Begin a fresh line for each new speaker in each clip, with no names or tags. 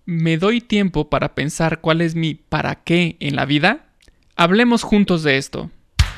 ¿Me doy tiempo para pensar cuál es mi para qué en la vida? Hablemos juntos de esto.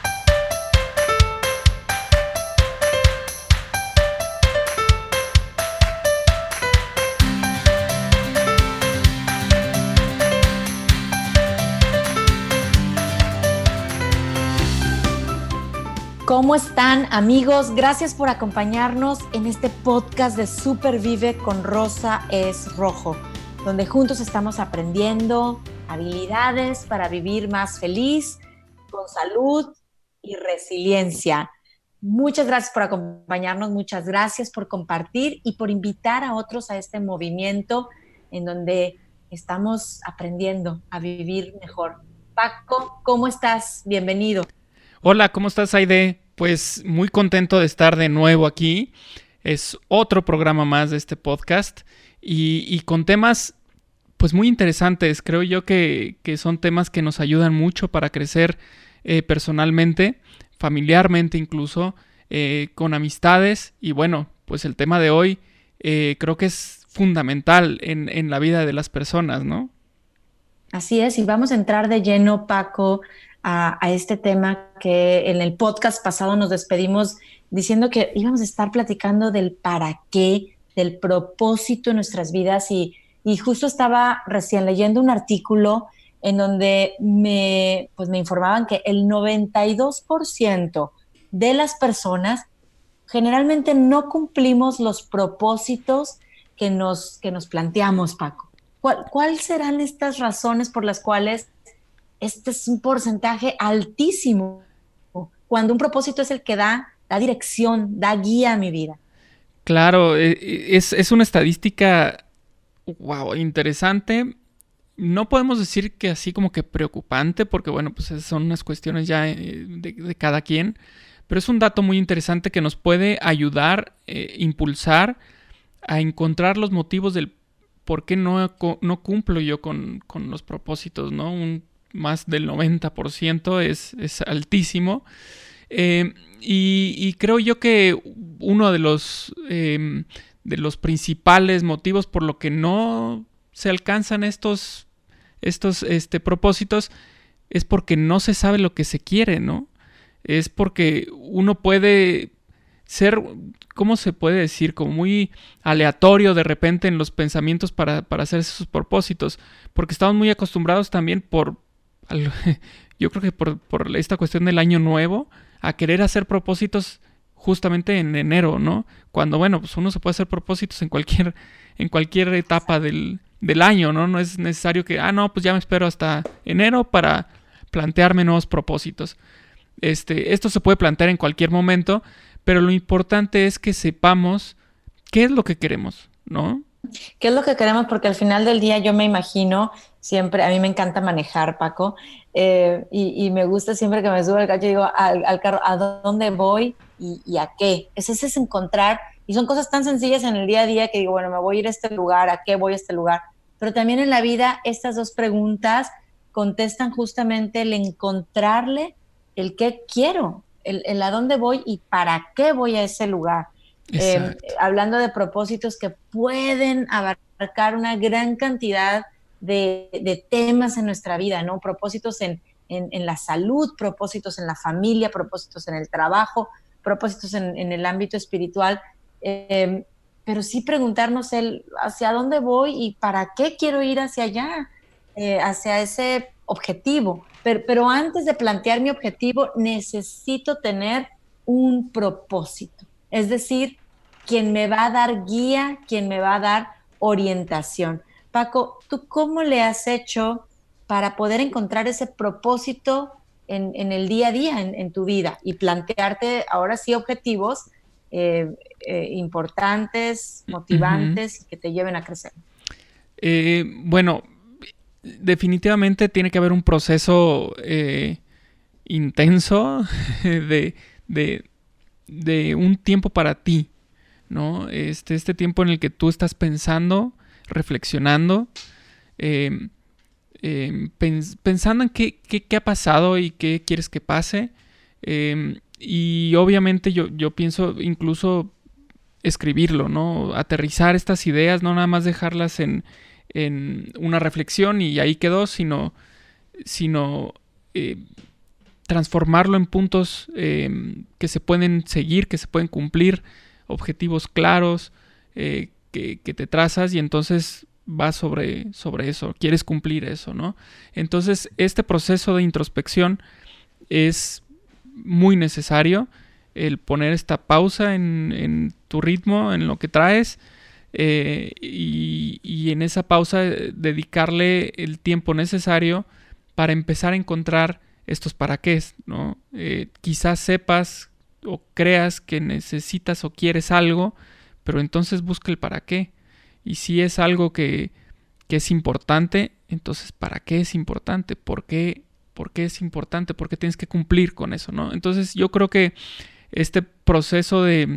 ¿Cómo están, amigos? Gracias por acompañarnos en este podcast de Supervive con Rosa es Rojo, donde juntos estamos aprendiendo habilidades para vivir más feliz, con salud y resiliencia. Muchas gracias por acompañarnos, muchas gracias por compartir y por invitar a otros a este movimiento en donde estamos aprendiendo a vivir mejor. Paco, ¿cómo estás? Bienvenido.
Hola, ¿cómo estás, Aide? Pues muy contento de estar de nuevo aquí. Es otro programa más de este podcast y con temas pues muy interesantes. Creo yo que son temas que nos ayudan mucho para crecer personalmente, familiarmente incluso, con amistades. Y bueno, pues el tema de hoy creo que es fundamental en la vida de las personas, ¿no?
Así es, y vamos a entrar de lleno, Paco, a este tema que en el podcast pasado nos despedimos diciendo que íbamos a estar platicando del para qué, del propósito en nuestras vidas y justo estaba recién leyendo un artículo en donde pues me informaban que el 92% de las personas generalmente no cumplimos los propósitos que nos planteamos, Paco. ¿Cuál serán estas razones por las cuales este es un porcentaje altísimo cuando un propósito es el que da dirección, da guía a mi vida?
Claro, es una estadística, wow, interesante. No podemos decir que así como que preocupante, porque bueno, pues esas son unas cuestiones ya de cada quien, pero es un dato muy interesante que nos puede ayudar, impulsar a encontrar los motivos del por qué no cumplo yo con los propósitos, ¿no? Más del 90% es altísimo. Y creo yo que uno de los principales motivos por lo que no se alcanzan estos propósitos es porque no se sabe lo que se quiere, ¿no? Es porque uno puede ser, ¿cómo se puede decir? Como muy aleatorio de repente en los pensamientos para hacer esos propósitos, porque estamos muy acostumbrados también yo creo que por esta cuestión del año nuevo, a querer hacer propósitos justamente en enero, ¿no? Cuando, bueno, pues uno se puede hacer propósitos en cualquier etapa del año, ¿no? No es necesario que, no, pues ya me espero hasta enero para plantearme nuevos propósitos. Esto se puede plantear en cualquier momento, pero lo importante es que sepamos qué es lo que queremos, ¿no?
¿Qué es lo que queremos? Porque al final del día yo me imagino siempre, a mí me encanta manejar, Paco, y me gusta siempre que me subo al carro, digo al carro, ¿a dónde voy y a qué? Ese es encontrar, y son cosas tan sencillas en el día a día que digo, bueno, me voy a ir a este lugar, ¿a qué voy a este lugar? Pero también en la vida estas dos preguntas contestan justamente el encontrarle el qué quiero, el a dónde voy y para qué voy a ese lugar.
Exacto.
Hablando de propósitos que pueden abarcar una gran cantidad de temas en nuestra vida, ¿no? Propósitos en la salud, propósitos en la familia, propósitos en el trabajo, propósitos en el ámbito espiritual, pero sí preguntarnos hacia dónde voy y para qué quiero ir hacia allá, hacia ese objetivo. Pero antes de plantear mi objetivo, necesito tener un propósito. Es decir, quien me va a dar guía, quien me va a dar orientación. Paco, ¿tú cómo le has hecho para poder encontrar ese propósito en el día a día, en tu vida, y plantearte ahora sí objetivos importantes,
Uh-huh.
motivantes y que te lleven a crecer?
Bueno, definitivamente tiene que haber un proceso intenso de, de, de un tiempo para ti, ¿no? Este tiempo en el que tú estás pensando, reflexionando, eh, pensando en qué ha pasado y qué quieres que pase. Y obviamente yo pienso incluso escribirlo, ¿no? Aterrizar estas ideas, no nada más dejarlas en una reflexión y ahí quedó, sino transformarlo en puntos que se pueden seguir, que se pueden cumplir, objetivos claros que te trazas y entonces vas sobre eso, quieres cumplir eso, ¿no? Entonces este proceso de introspección es muy necesario, el poner esta pausa en tu ritmo, en lo que traes, y en esa pausa dedicarle el tiempo necesario para empezar a encontrar estos para qué, ¿no? Quizás sepas o creas que necesitas o quieres algo, pero entonces busca el para qué. Y si es algo que es importante, entonces ¿para qué es importante? ¿Por qué es importante? ¿Por qué tienes que cumplir con eso, ¿no? Entonces yo creo que este proceso de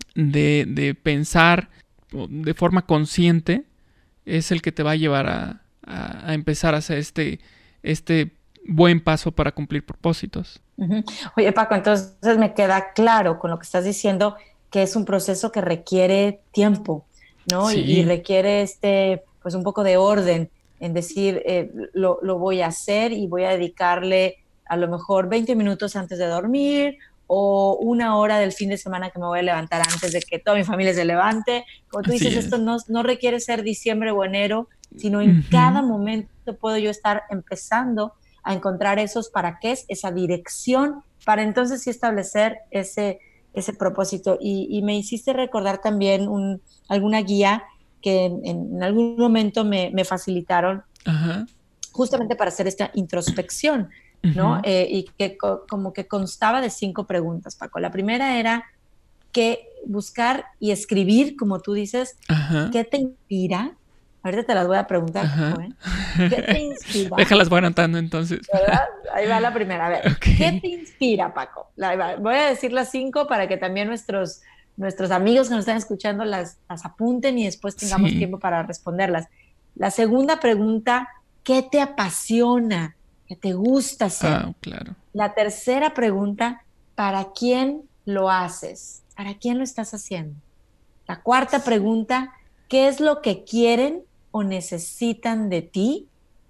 pensar de forma consciente es el que te va a llevar a empezar a hacer este buen paso para cumplir propósitos.
Uh-huh. Oye, Paco, entonces me queda claro con lo que estás diciendo que es un proceso que requiere tiempo, ¿no?
Sí.
Y requiere pues un poco de orden en decir, lo voy a hacer y voy a dedicarle a lo mejor 20 minutos antes de dormir o una hora del fin de semana que me voy a levantar antes de que toda mi familia se levante. Como tú dices, esto no requiere ser diciembre o enero, sino en cada momento puedo yo estar empezando a encontrar esos para qué, esa dirección, para entonces sí establecer ese propósito. Y me hiciste recordar también alguna guía que en algún momento me facilitaron,
Ajá.
justamente para hacer esta introspección, ¿no? Y que como que constaba de 5 preguntas, Paco. La primera era que buscar y escribir, como tú dices,
Ajá.
¿qué te inspira? Ahorita te las voy a preguntar, Paco, ¿eh? ¿Qué te inspira?
Déjalas, voy anotando entonces.
¿Verdad? Ahí va la primera. A ver, okay. ¿Qué te inspira, Paco? Voy a decir las 5 para que también nuestros amigos que nos están escuchando las apunten y después tengamos tiempo para responderlas. La segunda pregunta, ¿qué te apasiona? ¿Qué te gusta hacer?
Claro.
La tercera pregunta, ¿para quién lo haces? ¿Para quién lo estás haciendo? La cuarta pregunta, ¿qué es lo que quieren o necesitan de ti?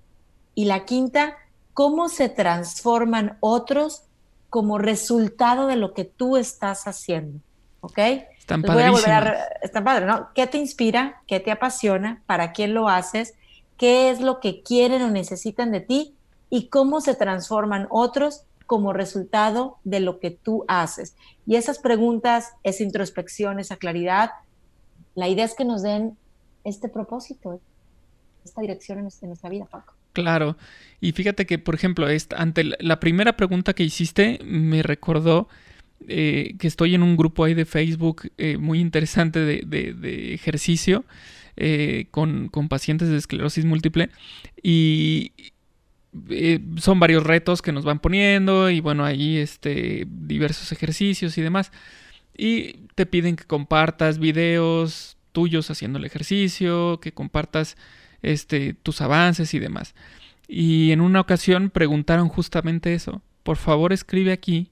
Y la quinta, ¿cómo se transforman otros como resultado de lo que tú estás haciendo? ¿Ok?
Están padrísimas.
Están padre, ¿no? ¿Qué te inspira? ¿Qué te apasiona? ¿Para quién lo haces? ¿Qué es lo que quieren o necesitan de ti? Y cómo se transforman otros como resultado de lo que tú haces. Y esas preguntas, esa introspección, esa claridad, la idea es que nos den este propósito, esta dirección en nuestra vida, Paco.
Claro. Y fíjate que, por ejemplo, ante la primera pregunta que hiciste, me recordó que estoy en un grupo ahí de Facebook muy interesante de ejercicio con pacientes de esclerosis múltiple. Y son varios retos que nos van poniendo y bueno, ahí diversos ejercicios y demás. Y te piden que compartas videos tuyos haciendo el ejercicio, que compartas tus avances y demás. Y en una ocasión preguntaron justamente eso. Por favor, escribe aquí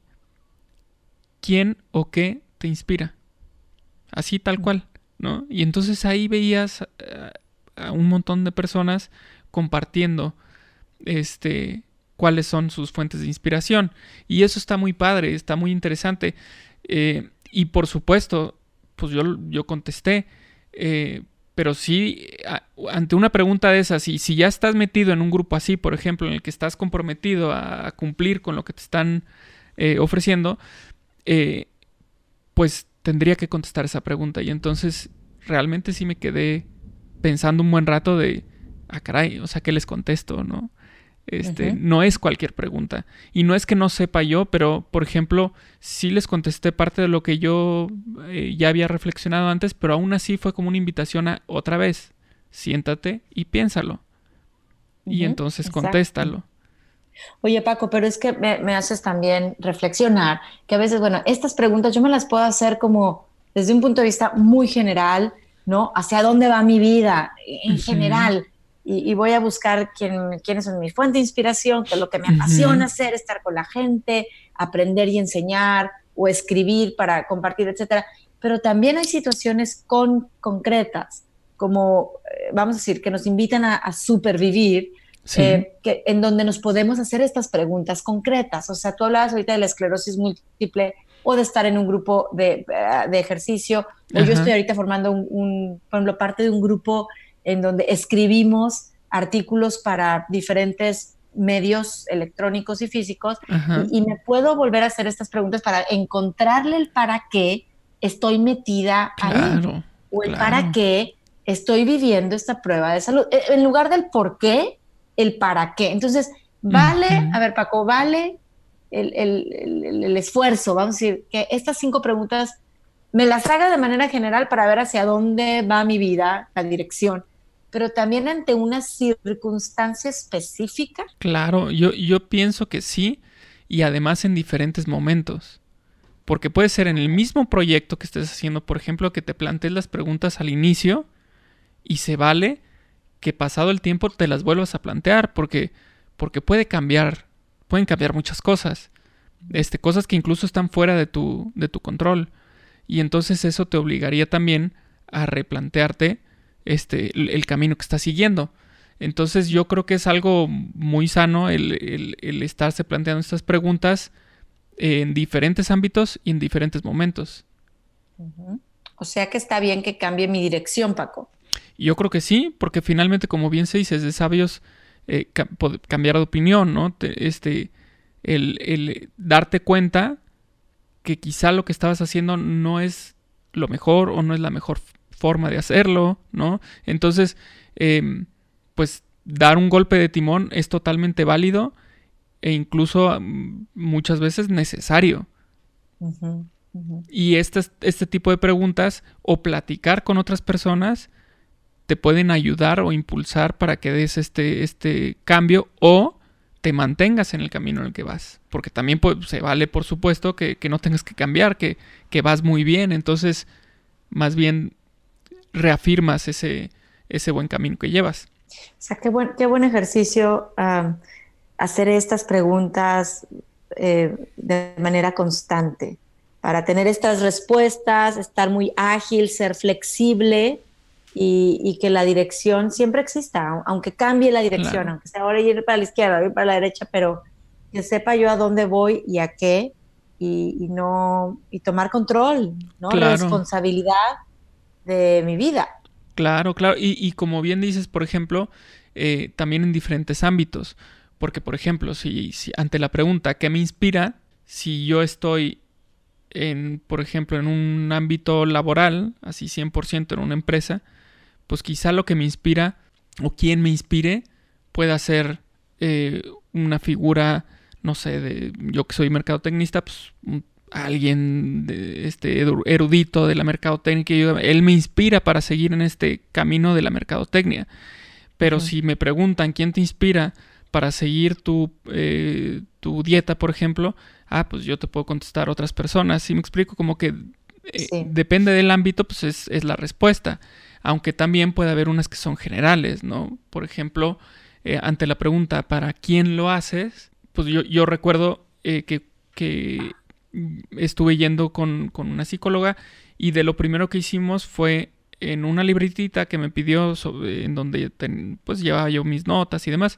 quién o qué te inspira. Así tal cual, ¿no? Y entonces ahí veías a un montón de personas compartiendo cuáles son sus fuentes de inspiración. Y eso está muy padre, está muy interesante. Y por supuesto, pues yo contesté. Pero sí, ante una pregunta de esas, y si ya estás metido en un grupo así, por ejemplo, en el que estás comprometido a cumplir con lo que te están ofreciendo, pues tendría que contestar esa pregunta. Y entonces realmente sí me quedé pensando un buen rato de, caray, o sea, ¿qué les contesto, no? No es cualquier pregunta. Y no es que no sepa yo, pero, por ejemplo, sí les contesté parte de lo que yo ya había reflexionado antes, pero aún así fue como una invitación a otra vez. Siéntate y piénsalo. Y entonces contéstalo.
Oye, Paco, pero es que me haces también reflexionar que a veces, bueno, estas preguntas yo me las puedo hacer como desde un punto de vista muy general, ¿no? ¿Hacia dónde va mi vida en general? Y voy a buscar quiénes son mi fuente de inspiración, qué es lo que me apasiona hacer, estar con la gente, aprender y enseñar, o escribir para compartir, etcétera. Pero también hay situaciones concretas, como vamos a decir, que nos invitan a supervivir,
Sí.
en donde nos podemos hacer estas preguntas concretas. O sea, tú hablabas ahorita de la esclerosis múltiple o de estar en un grupo de ejercicio, o yo estoy
Ajá.
ahorita formando por ejemplo, parte de un grupo en donde escribimos artículos para diferentes medios electrónicos y físicos,
Ajá.
y me puedo volver a hacer estas preguntas para encontrarle el para qué estoy metida ahí,
Claro,
o el para
claro.
qué estoy viviendo esta prueba de salud. En lugar del por qué, el para qué. Entonces, vale,
Ujú.
a ver, Paco, vale el esfuerzo, vamos a decir, que estas 5 preguntas me las haga de manera general para ver hacia dónde va mi vida, la dirección, pero también ante una circunstancia específica.
Claro, yo pienso que sí, y además en diferentes momentos. Porque puede ser en el mismo proyecto que estés haciendo, por ejemplo, que te plantees las preguntas al inicio y se vale que pasado el tiempo te las vuelvas a plantear, porque pueden cambiar muchas cosas. Cosas que incluso están fuera de tu control. Y entonces eso te obligaría también a replantearte el camino que estás siguiendo. Entonces yo creo que es algo muy sano el estarse planteando estas preguntas en diferentes ámbitos y en diferentes momentos.
Uh-huh. O sea que está bien que cambie mi dirección, Paco.
Y yo creo que sí, porque finalmente, como bien se dice, es de sabios cambiar de opinión, ¿no? El darte cuenta que quizá lo que estabas haciendo no es lo mejor o no es la mejor forma de hacerlo, ¿no? Entonces, pues dar un golpe de timón es totalmente válido e incluso muchas veces necesario.
Uh-huh, uh-huh.
Y este tipo de preguntas o platicar con otras personas te pueden ayudar o impulsar para que des este cambio o te mantengas en el camino en el que vas. Porque también se vale, por supuesto, que no tengas que cambiar, que vas muy bien. Entonces, más bien reafirmas ese buen camino que llevas.
O sea, qué buen ejercicio hacer estas preguntas de manera constante para tener estas respuestas, estar muy ágil, ser flexible y que la dirección siempre exista, aunque cambie la dirección,
Claro,
aunque sea ahora ir para la izquierda, ir para la derecha, pero que sepa yo a dónde voy y a qué, no, y tomar control, ¿no?
claro,
Responsabilidad de mi vida.
claro, claro. Y como bien dices, por ejemplo, también en diferentes ámbitos. Porque, por ejemplo, si ante la pregunta ¿qué me inspira? Si yo estoy por ejemplo, en un ámbito laboral, así 100% en una empresa, pues quizá lo que me inspira o quien me inspire pueda ser una figura, no sé, yo que soy mercadotecnista, pues alguien erudito de la mercadotecnia, él me inspira para seguir en este camino de la mercadotecnia. Pero
Uh-huh.
si me preguntan quién te inspira para seguir tu dieta, por ejemplo, pues yo te puedo contestar otras personas. Si me explico, como que
Sí.
depende del ámbito, pues es la respuesta. Aunque también puede haber unas que son generales, ¿no? Por ejemplo, ante la pregunta ¿para quién lo haces? Pues yo recuerdo que estuve yendo con una psicóloga y de lo primero que hicimos fue en una libretita que me pidió en donde pues llevaba yo mis notas y demás.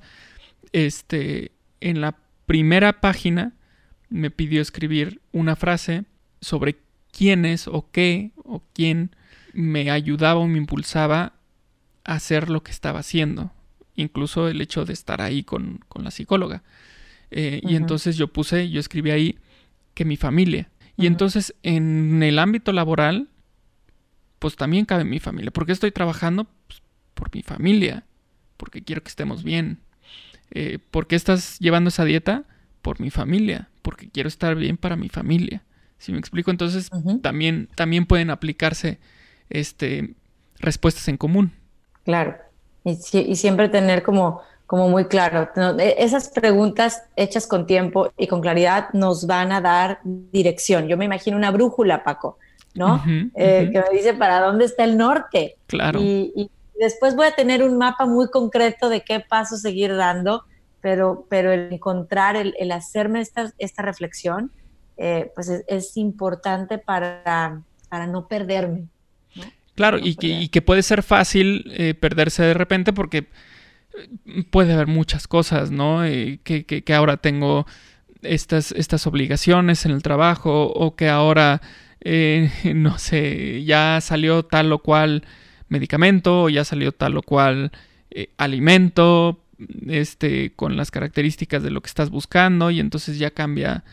En la primera página me pidió escribir una frase sobre quiénes o qué o quién me ayudaba o me impulsaba a hacer lo que estaba haciendo. Incluso el hecho de estar ahí con la psicóloga. Y
Uh-huh.
entonces yo escribí ahí que mi familia. Y
Uh-huh.
entonces en el ámbito laboral, pues también cabe mi familia. ¿Por qué estoy trabajando? Pues por mi familia. Porque quiero que estemos bien. ¿Por qué estás llevando esa dieta? Por mi familia. Porque quiero estar bien para mi familia. Si me explico, entonces
Uh-huh.
también pueden aplicarse respuestas en común.
Claro, y siempre tener como muy claro, ¿no? Esas preguntas hechas con tiempo y con claridad nos van a dar dirección. Yo me imagino una brújula, Paco, ¿no?
Ujú, ujú.
Que me dice para dónde está el norte.
Claro,
Y después voy a tener un mapa muy concreto de qué paso seguir dando, pero el encontrar, el hacerme esta reflexión, pues es importante para no perderme, ¿no?
Claro,
no
y
perder.
que puede ser fácil perderse de repente porque puede haber muchas cosas, ¿no? Que ahora tengo estas obligaciones en el trabajo o que ahora, no sé, ya salió tal o cual medicamento o ya salió tal o cual alimento con las características de lo que estás buscando y entonces ya cambia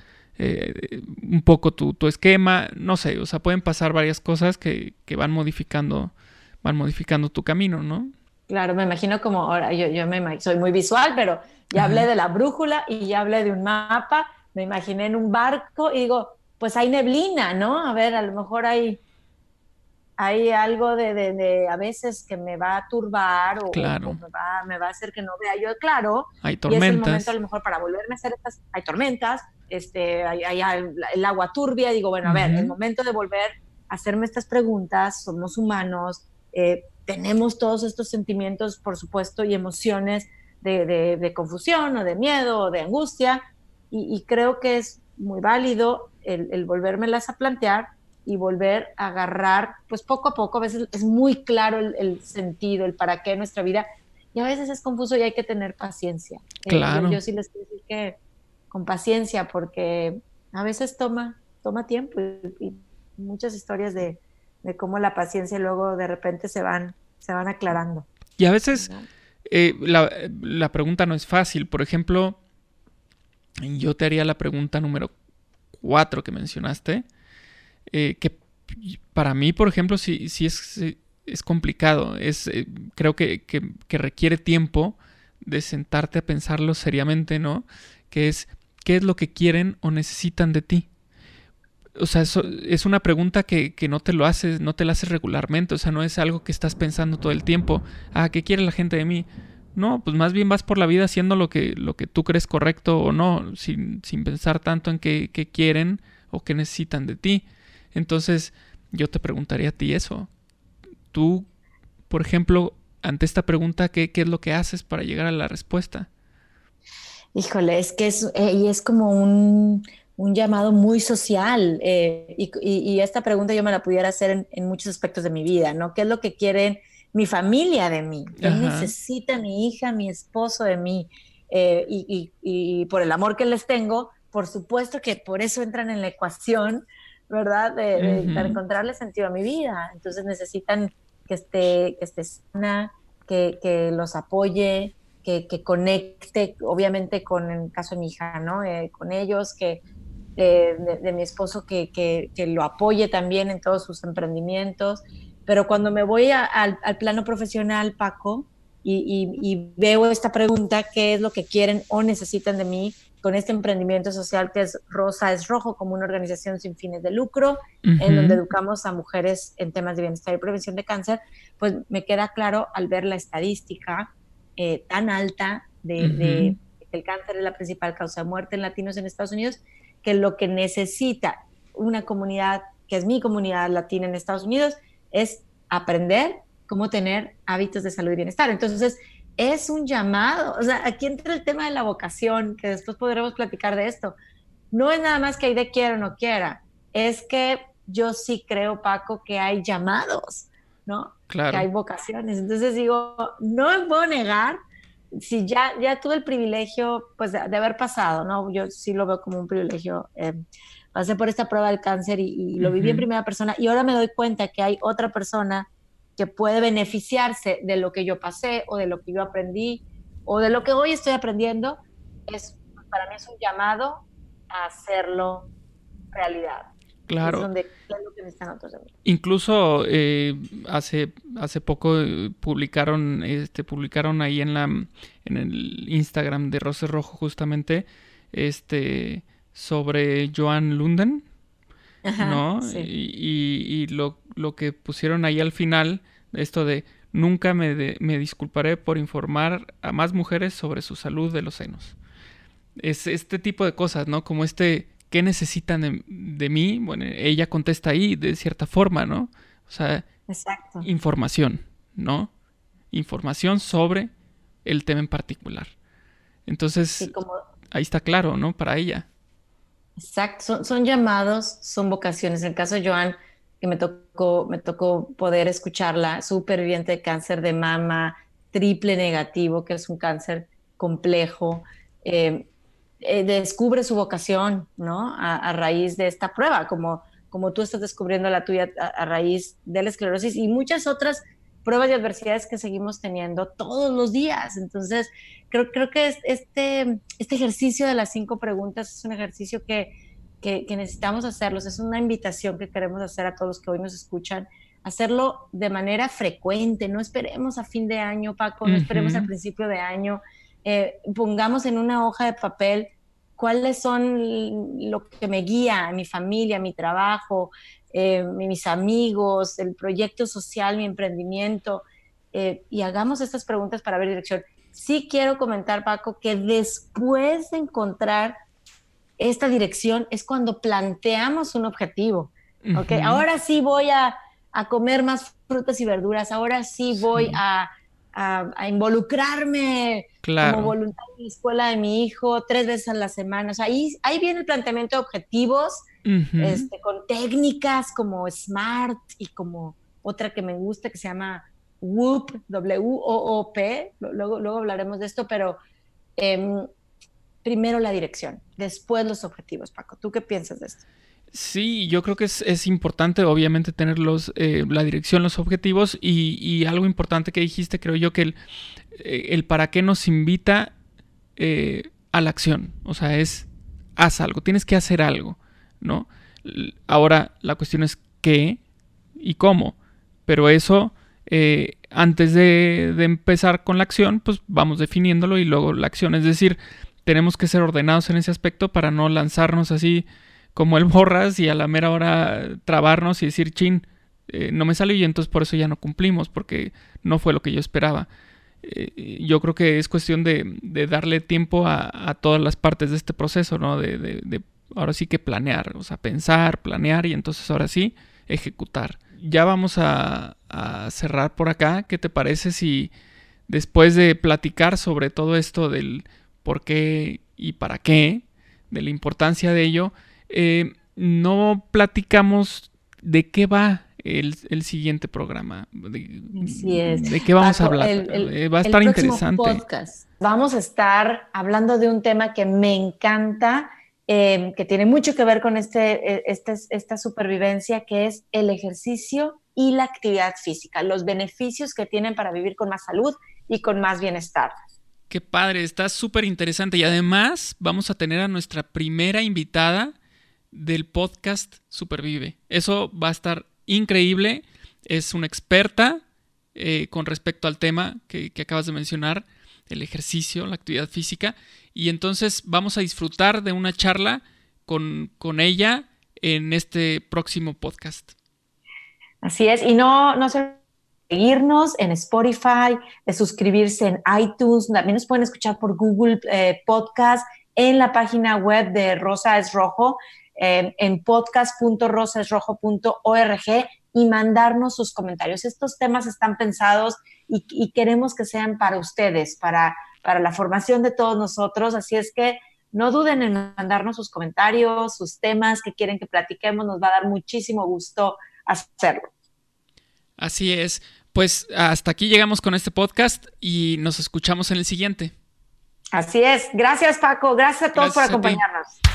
un poco tu esquema, no sé, o sea, pueden pasar varias cosas que van modificando tu camino, ¿no?
Claro, me imagino como ahora, soy muy visual, pero ya hablé
Ajá,
de la brújula y ya hablé de un mapa, me imaginé en un barco y digo, pues hay neblina, ¿no? A ver, a lo mejor hay algo de a veces que me va a turbar o
claro,
me va a hacer que no vea yo claro,
hay
y es el momento a
tormentas.
lo mejor para volverme a hacer hay tormentas, hay el agua turbia, y digo, bueno, a ver, el
Ujú,
momento de volver a hacerme estas preguntas, somos humanos, tenemos todos estos sentimientos, por supuesto, y emociones de confusión o de miedo o de angustia, y creo que es muy válido el volvérmelas a plantear y volver a agarrar, pues poco a poco, a veces es muy claro el sentido, el para qué de nuestra vida, y a veces es confuso y hay que tener paciencia. Yo
claro.
sí les quiero decir que con paciencia, porque a veces toma tiempo y muchas historias de cómo la paciencia luego de repente se van aclarando,
Y a veces
¿no?
la pregunta no es fácil. Por ejemplo, yo te haría la pregunta número 4 que mencionaste, que para mí, por ejemplo, sí es complicado. Creo que requiere tiempo de sentarte a pensarlo seriamente, ¿no? Que es, ¿qué es lo que quieren o necesitan de ti? O sea, es una pregunta que no te lo haces, no te la haces regularmente. O sea, no es algo que estás pensando todo el tiempo. Ah, ¿qué quiere la gente de mí? No, pues más bien vas por la vida haciendo lo que tú crees correcto o no, sin pensar tanto en qué quieren o qué necesitan de ti. Entonces, yo te preguntaría a ti eso. Tú, por ejemplo, ante esta pregunta, ¿qué es lo que haces para llegar a la respuesta?
Híjole, es que y es como un llamado muy social, y esta pregunta yo me la pudiera hacer en muchos aspectos de mi vida, ¿no? ¿Qué es lo que quiere mi familia de mí? ¿Qué
Ajá.
necesita mi hija, mi esposo de mí? Y por el amor que les tengo, por supuesto que por eso entran en la ecuación, ¿verdad? Para
Ujú.
encontrarle sentido a mi vida. Entonces necesitan que esté sana, que los apoye, que conecte, obviamente, con el caso de mi hija, ¿no? Con ellos, de mi esposo, que lo apoye también en todos sus emprendimientos. Pero cuando me voy al plano profesional, Paco, y veo esta pregunta, ¿qué es lo que quieren o necesitan de mí con este emprendimiento social que es Rosa es Rojo, como una organización sin fines de lucro, en donde
Ujú.
educamos a mujeres en temas de bienestar y prevención de cáncer? Pues me queda claro al ver la estadística tan alta
Ujú.
que el cáncer es la principal causa de muerte en latinos en Estados Unidos, que lo que necesita una comunidad, que es mi comunidad latina en Estados Unidos, es aprender cómo tener hábitos de salud y bienestar. Entonces, es un llamado, o sea, aquí entra el tema de la vocación, que después podremos platicar de esto. No es nada más que Aide quiera o no quiera, es que yo sí creo, Paco, que hay llamados, ¿no? Que
Claro.
hay vocaciones. Entonces digo, no me puedo negar si ya tuve el privilegio, pues, de haber pasado, ¿no? Yo sí lo veo como un privilegio. Pasé por esta prueba del cáncer y lo viví en
Ujú.
primera persona, y ahora me doy cuenta que hay otra persona que puede beneficiarse de lo que yo pasé o de lo que yo aprendí o de lo que hoy estoy aprendiendo. Para mí es un llamado a hacerlo realidad. Y es
Claro.
donde es lo que necesitan otros de mí.
Incluso hace poco publicaron ahí en el Instagram de Rose Rojo justamente este sobre Joan Lunden,
Ajá,
¿no?
sí.
Y lo que pusieron ahí al final, esto de nunca me disculparé por informar a más mujeres sobre su salud de los senos. Es este tipo de cosas, ¿no? Como ¿qué necesitan de mí? Bueno, ella contesta ahí de cierta forma, ¿no? O sea,
Exacto.
información, ¿no? Información sobre el tema en particular.
Sí,
Entonces,
como,
ahí está claro, ¿no? Para ella.
exacto. Son llamados, son vocaciones. En el caso de Joan, que me tocó poder escucharla, superviviente de cáncer de mama, triple negativo, que es un cáncer complejo, descubre su vocación, ¿no? A raíz de esta prueba, como tú estás descubriendo la tuya a raíz de la esclerosis y muchas otras pruebas y adversidades que seguimos teniendo todos los días. Entonces, creo que este ejercicio de las 5 preguntas es un ejercicio que necesitamos hacerlos. Es una invitación que queremos hacer a todos los que hoy nos escuchan, hacerlo de manera frecuente. No esperemos a fin de año, Paco, no esperemos al principio de año. Pongamos en una hoja de papel cuáles son lo que me guía, mi familia, mi trabajo, mis amigos, el proyecto social, mi emprendimiento, y hagamos estas preguntas para ver dirección. Sí quiero comentar, Paco, que después de encontrar esta dirección es cuando planteamos un objetivo. ¿Okay? Ahora sí voy a comer más frutas y verduras, ahora sí voy a involucrarme como voluntario en la escuela de mi hijo 3 veces a la semana. O sea, ahí viene el planteamiento de objetivos, con técnicas como SMART y como otra que me gusta que se llama WOOP, W-O-O-P. Luego hablaremos de esto, pero primero la dirección, después los objetivos. Paco, ¿tú qué piensas de esto?
Sí, yo creo que es importante obviamente tener la dirección, los objetivos y algo importante que dijiste, creo yo que el para qué nos invita a la acción. O sea, haz algo, tienes que hacer algo, ¿no? Ahora la cuestión es qué y cómo, pero eso antes de empezar con la acción, pues vamos definiéndolo y luego la acción. Es decir, tenemos que ser ordenados en ese aspecto para no lanzarnos así como el borras y a la mera hora trabarnos y decir, chin, no me salió y entonces por eso ya no cumplimos, porque no fue lo que yo esperaba. Yo creo que es cuestión de darle tiempo a todas las partes de este proceso, ¿no? De ahora sí que planear, o sea, pensar, planear y entonces ahora sí ejecutar. Ya vamos a cerrar por acá. ¿Qué te parece si después de platicar sobre todo esto del por qué y para qué, de la importancia de ello, no platicamos de qué va el siguiente programa?
Así es.
¿De qué vamos, Paco, a hablar? Va a estar interesante.
Podcast. Vamos a estar hablando de un tema que me encanta, que tiene mucho que ver con esta supervivencia, que es el ejercicio y la actividad física, los beneficios que tienen para vivir con más salud y con más bienestar.
Qué padre, está súper interesante. Y además vamos a tener a nuestra primera invitada del podcast Supervive. Eso va a estar increíble. Es una experta con respecto al tema que acabas de mencionar, el ejercicio, la actividad física. Y entonces vamos a disfrutar de una charla con ella en este próximo podcast.
Así es. Y no se seguirnos en Spotify, de suscribirse en iTunes, también nos pueden escuchar por Google Podcast, en la página web de Rosa es Rojo, en podcast.rosaesrojo.org y mandarnos sus comentarios. Estos temas están pensados y queremos que sean para ustedes, para la formación de todos nosotros, así es que no duden en mandarnos sus comentarios, sus temas que quieren que platiquemos, nos va a dar muchísimo gusto hacerlo.
Así es. Pues hasta aquí llegamos con este podcast y nos escuchamos en el siguiente.
Así es. Gracias, Paco. Gracias a todos por acompañarnos.